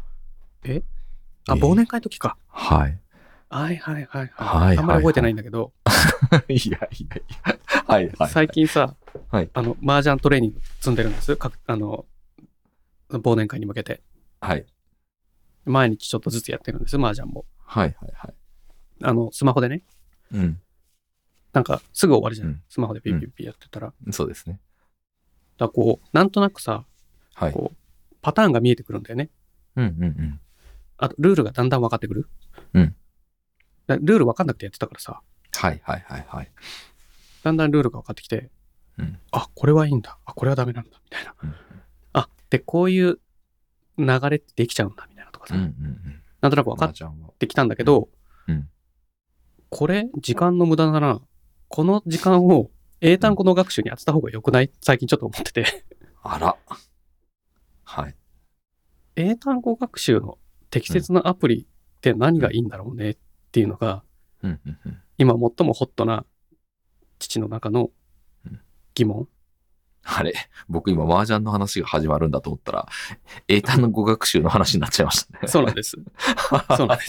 忘年会の時か。 はい。 はい。あんまり覚えてないんだけど。 いや。はい。 最近さ、麻雀トレーニング積んでるんです。忘年会に向けて。 はい。 毎日ちょっとずつやってるんです、麻雀も。 はい。 スマホでね。なんかすぐ終わるじゃん。スマホでピッピッピやってたら。 そうですね。 だからなんとなくさ、パターンが見えてくるんだよね。あと、ルールがだんだん分かってくる。ルール分かんなくてやってたからさ。 はい。 だんだんルールが分かってきて、あ、これはいいんだ。あ、これはダメなんだ。みたいな。あ、で、こういう流れってできちゃうんだ。みたいなとかさ。なんとなく分かってきたんだけど、これ、時間の無駄だな。この時間を英単語の学習に当てた方が良くない？最近ちょっと思ってて。 あら。はい。 英単語学習の適切なアプリって何がいいんだろうねっていうのが、今最もホットな父の中の疑問。 あれ、僕今麻雀の話が始まるんだと思ったら、英単の語学習の話になっちゃいましたね。 そうなんです。そうなんです。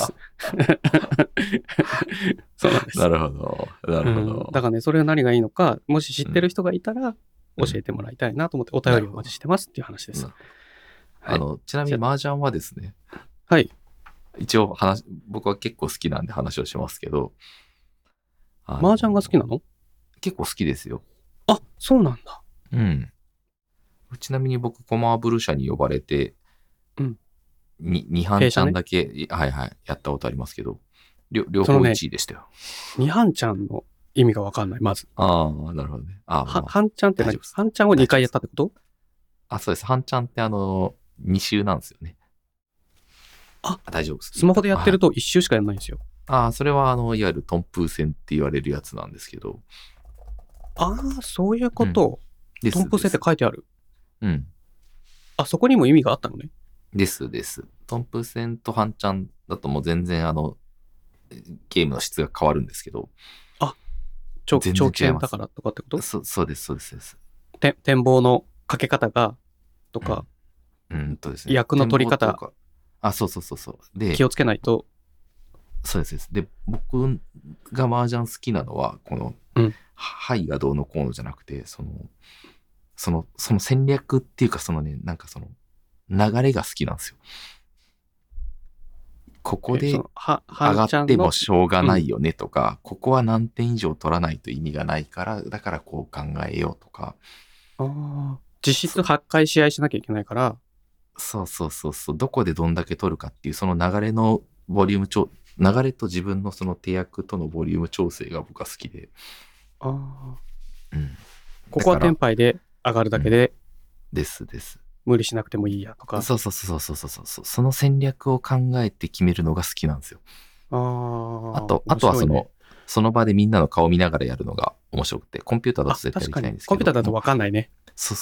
なるほど。 だからね、それが何がいいのか、もし知ってる人がいたら教えてもらいたいなと思ってお便りをお待ちしてますっていう話です。 ちなみに麻雀はですね、 はい。 一応僕は結構好きなんで話をしますけど。 麻雀が好きなの？ 結構好きですよ。 あ、そうなんだ。 ちなみに僕、コマーブル社に呼ばれて、2半ちゃんだけ、やったことありますけど、両方1位でしたよ。 2半ちゃんの意味がわかんない、まず。 ああ、なるほどね。 半ちゃんって何？半ちゃんを2回やったってこと？ そうです。半ちゃんって2周なんですよね。大丈夫です。 スマホでやってると1周しかやらないんですよ。 それはいわゆるトンプー戦って言われるやつなんですけど。 そういうこと。トンプー戦って書いてある。そこにも意味があったのね。 です。トンプー戦と半ちゃんだともう全然ゲームの質が変わるんですけど。 長期戦だからとかってこと？ そうです。 展望のかけ方が、とか、 ですね。 役の取り方。 そう。で、 気をつけないと。 そうです。で、僕が麻雀好きなのは、この、はいがどうのこうのじゃなくて、その戦略っていうか、なんか流れが好きなんですよ。ここで上がってもしょうがないよねとか、ここは何点以上取らないと意味がないから、だからこう考えようとか。 実質8回試合しなきゃいけないから。 そう。どこでどんだけ取るかっていう、その流れのボリューム流れと自分のその手役とのボリューム調整が僕は好きで。 ここはテンパイで上がるだけで。 です。 無理しなくてもいいやとか。 そう。その戦略を考えて決めるのが好きなんですよ。あとはその場でみんなの顔見ながらやるのが面白くて、コンピューターだと絶対できないんですけど。 コンピューターだと分かんないね。 そう。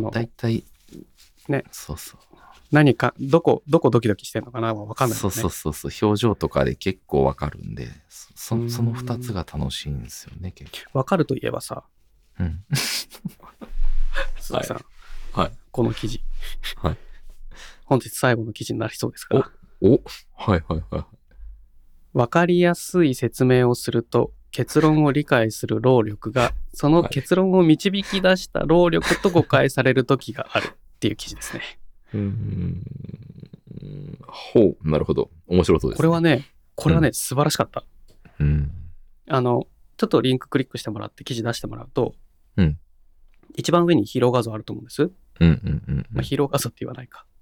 大体。 ね。 そう。 何か、どこドキドキしてんのかなは分かんない、ね。 そう。表情とかで結構分かるんで、その2つが楽しいんですよね、結構。 分かるといえばさ。 うん。 鈴木さん。 はい。 この記事。 はい。 本日最後の記事になりそうですから。 はい。 分かりやすい説明をすると結論を理解する労力がその結論を導き出した労力と誤解される時があるっていう記事ですね。 ほう、なるほど。面白そうですね。 これはね、素晴らしかった。ちょっとリンククリックしてもらって記事出してもらうと、一番上にヒーロー画像あると思うんです。ヒーロー画像って言わないか。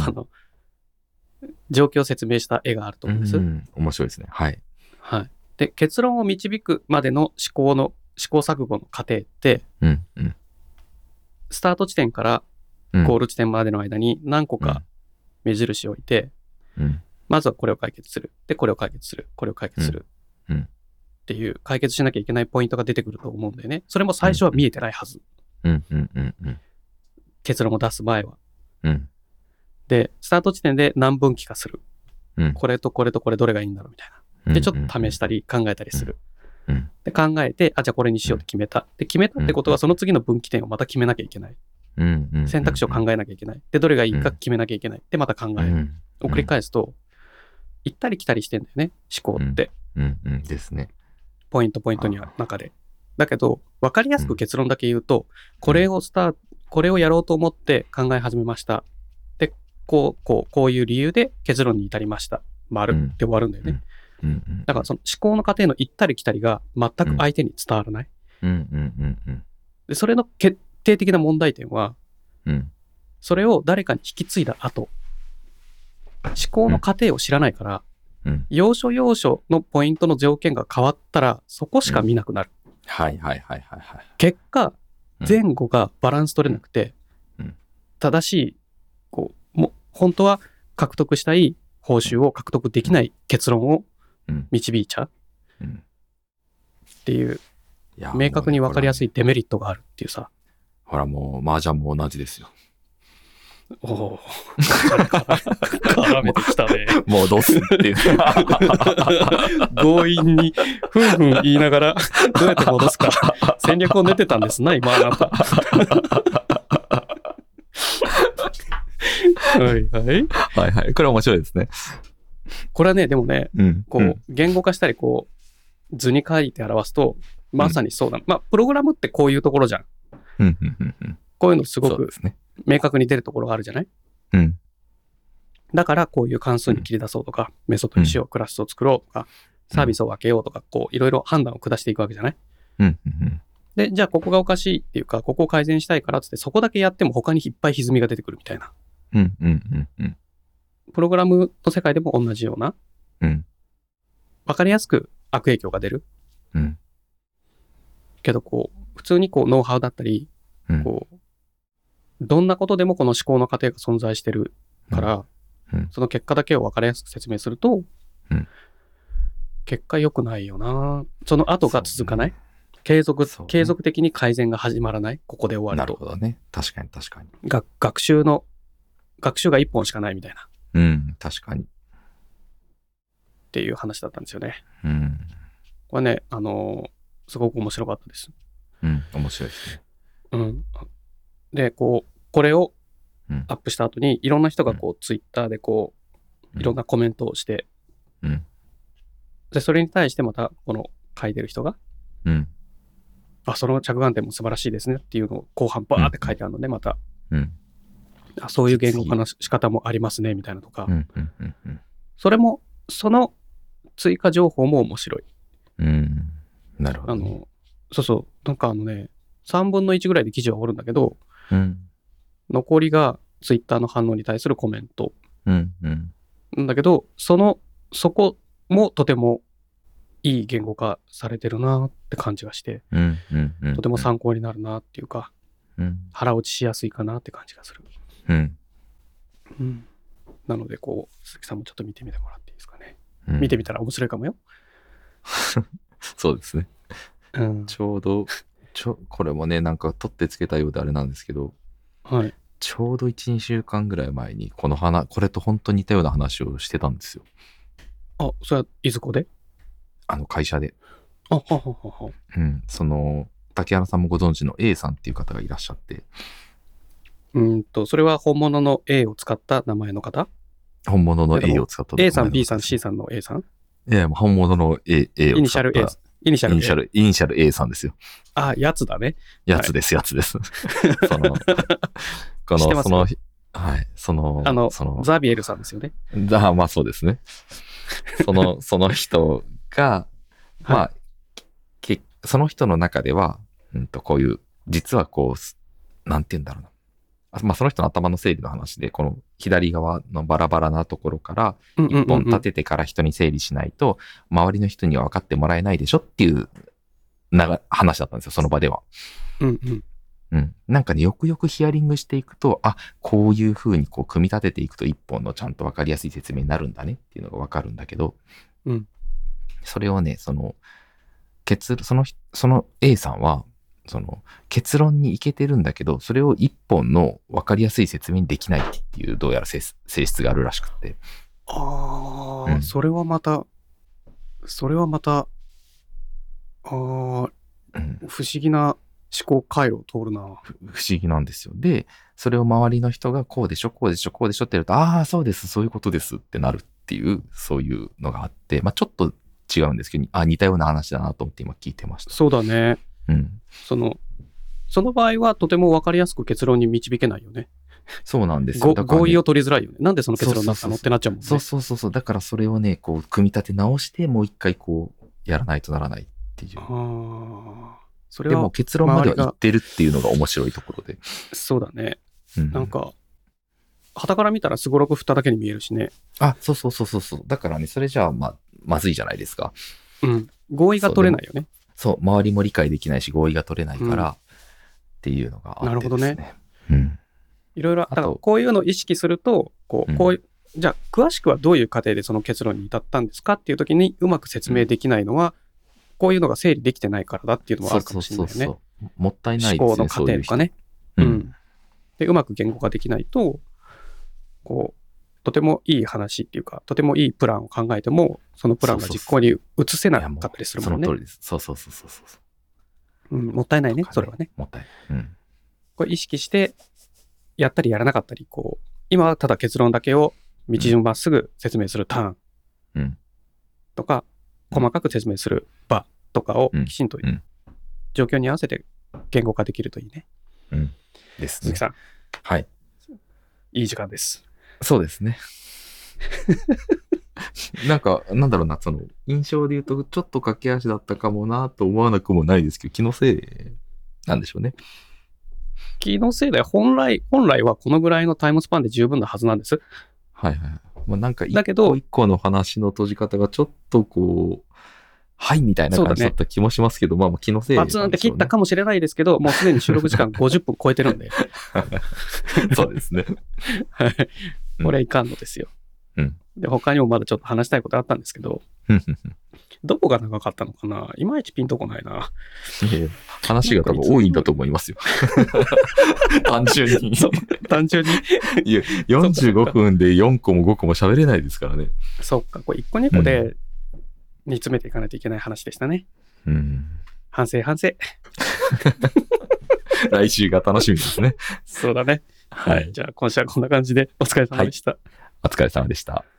状況を説明した絵があると思うんです。 面白いですね。はい。 で、結論を導くまでの試行錯誤の過程って、スタート地点からゴール地点までの間に何個か目印を置いて、まずはこれを解決する。で、これを解決する。これを解決する。っていう解決しなきゃいけないポイントが出てくると思うんだよね。それも最初は見えてないはず。結論を出す前は。で、スタート地点で何分岐化する。これとこれとこれどれがいいんだろうみたいな。で、ちょっと試したり考えたりする。で、考えて、じゃあこれにしようって決めた。で、決めたってことはその次の分岐点をまた決めなきゃいけない。選択肢を考えなきゃいけない。で、どれがいいか決めなきゃいけない。で、また考える。を繰り返すと、行ったり来たりしてんだよね、思考って。 ですね。 ポイントには中で。だけど、分かりやすく結論だけ言うと、これをやろうと思って考え始めました。で、こういう理由で結論に至りました。丸って終わるんだよね。だからその思考の過程の行ったり来たりが全く相手に伝わらない。で、それの決定的な問題点は、それを誰かに引き継いだ後、思考の過程を知らないから、要所要所のポイントの条件が変わったら、そこしか見なくなる。結果、前後がバランス取れなくて、正しい、本当は獲得したい報酬を獲得できない結論を導いちゃうっていう、明確に分かりやすいデメリットがあるっていうさ。 ほらもう、麻雀も同じですよ。 おお、絡めてきたね。 もうどうすっていう。 強引に、ふんふん言いながら、どうやって戻すか、戦略を練ってたんですな、今あなた。 はい。これ面白いですね。 これはね、でもね、言語化したり、図に書いて表すと、まさにそうだ。プログラムってこういうところじゃん。こういうのすごく明確に出るところがあるじゃない？だからこういう関数に切り出そうとか、メソッドにしよう、クラスを作ろうとか、サービスを分けようとか、いろいろ判断を下していくわけじゃない？で、じゃあここがおかしいっていうか、ここを改善したいからって、そこだけやっても他にいっぱい歪みが出てくるみたいな。プログラムの世界でも同じような、分かりやすく悪影響が出る。けど普通にノウハウだったり、どんなことでもこの思考の過程が存在してるから、その結果だけを分かりやすく説明すると、結果良くないよな。その後が続かない。継続的に改善が始まらない。ここで終わると。 なるほどね。確かに。 学習が一本しかないみたいな。 確かに。 っていう話だったんですよね。これね、すごく面白かったです。 面白いですね。 で、これをアップした後に、いろんな人がツイッターでいろんなコメントをして、で、それに対してまた、書いてる人が、その着眼点も素晴らしいですねっていうのを後半バーって書いてあるので、また、そういう言語化の仕方もありますね、みたいなとか、その追加情報も面白い。 なるほど、ね。 なんか3分の1ぐらいで記事は終わるんだけど、残りがツイッターの反応に対するコメント。なんだけど、そこもとてもいい言語化されてるなって感じがして、とても参考になるなっていうか、腹落ちしやすいかなって感じがする。 うん。 うん。なので、こう、鈴木さんもちょっと見てみてもらっていいですかね。見てみたら面白いかもよ。 そうですね。 うん。 ちょうど、これもね、なんか取ってつけたようであれなんですけど、 はい。 ちょうど1、2週間ぐらい前に、これと本当に似たような話をしてたんですよ。 あ、それはいずこで？ 会社で。 はははは。 うん。竹原さんもご存知の A さんっていう方がいらっしゃって。 それは本物の A を使った名前の方？ 本物の A を使った名前の方。 A さん、B さん、C さんの A さん？ いや、本物の A を使った。 イニシャル A。イニシャル A さんですよ。 あ、やつだね。 やつです、やつです。はい、 ザビエルさんですよね。 まあそうですね。その人が、まあ、はい、その人の中では、こういう、実はこう、なんて言うんだろうな。まあその人の頭の整理の話で、この左側のバラバラなところから一本立ててから人に整理しないと、周りの人には分かってもらえないでしょっていう話だったんですよ、その場では。なんかね、よくよくヒアリングしていくと、こういう風にこう組み立てていくと一本のちゃんと分かりやすい説明になるんだねっていうのが分かるんだけど、それをね、その A さんは、結論にいけてるんだけど、それを一本の分かりやすい説明にできないっていう、どうやら性質があるらしくて。 それはまた、不思議な思考回路を通るな。 不思議なんですよ。で、それを周りの人がこうでしょ、こうでしょ、こうでしょって言うと、そうです、そういうことですってなるっていう、そういうのがあって、まあちょっと違うんですけど、似たような話だなと思って今聞いてました。 そうだね。その場合はとても分かりやすく結論に導けないよね。 そうなんですよ。 だから、合意を取りづらいよね。なんでその結論になったのってなっちゃうもんね。 そう。だからそれをね、こう、組み立て直して、もう一回こう、やらないとならないっていう。それはでも結論までは言ってるっていうのが面白いところで。 そうだね。なんか、傍から見たらすごろく振っただけに見えるしね。 そう。だからね、それじゃあ、まずいじゃないですか。 合意が取れないよね。 そう、周りも理解できないし、合意が取れないから、っていうのがあってですね。 なるほどね。いろいろ、だからこういうのを意識すると、じゃあ、詳しくはどういう過程でその結論に至ったんですかっていう時にうまく説明できないのは、こういうのが整理できてないからだっていうのもあるかもしれないよね。 そうもったいないですね。 思考の過程とかね。で、うまく言語化できないと、とてもいい話っていうか、とてもいいプランを考えても、そのプランが実行に移せなかったりするもんね。 その通りです。そう。 もったいないね、それはね。 もったいない。 これ意識して、やったりやらなかったり、今はただ結論だけを道順まっすぐ説明するターンとか、細かく説明する場とかをきちんと状況に合わせて言語化できるといいね。 ですね。 鈴木さん。 はい。 いい時間です。 そうですね。なんだろうな、印象で言うと、ちょっと駆け足だったかもなと思わなくもないですけど、気のせいなんでしょうね。 気のせいで本来はこのぐらいのタイムスパンで十分なはずなんです。 はい。なんか一個一個の話の閉じ方がちょっとはいみたいな感じだった気もしますけど、気のせいなんでしょうね。 バツンって切ったかもしれないですけど、もうすでに収録時間50分超えてるんで。 そうですね。 はい。これはいかんのですよ。で、他にもまだちょっと話したいことあったんですけど、どこが長かったのかな？いまいちピンとこないな。 話が多分多いんだと思いますよ。単純に。 単純に。 いや、45分で4個も5個も喋れないですからね。 そっか、これ1個2個で煮詰めていかないといけない話でしたね。反省。 来週が楽しみですね。 そうだね。はい。じゃあ今週はこんな感じでお疲れ様でした。 お疲れ様でした。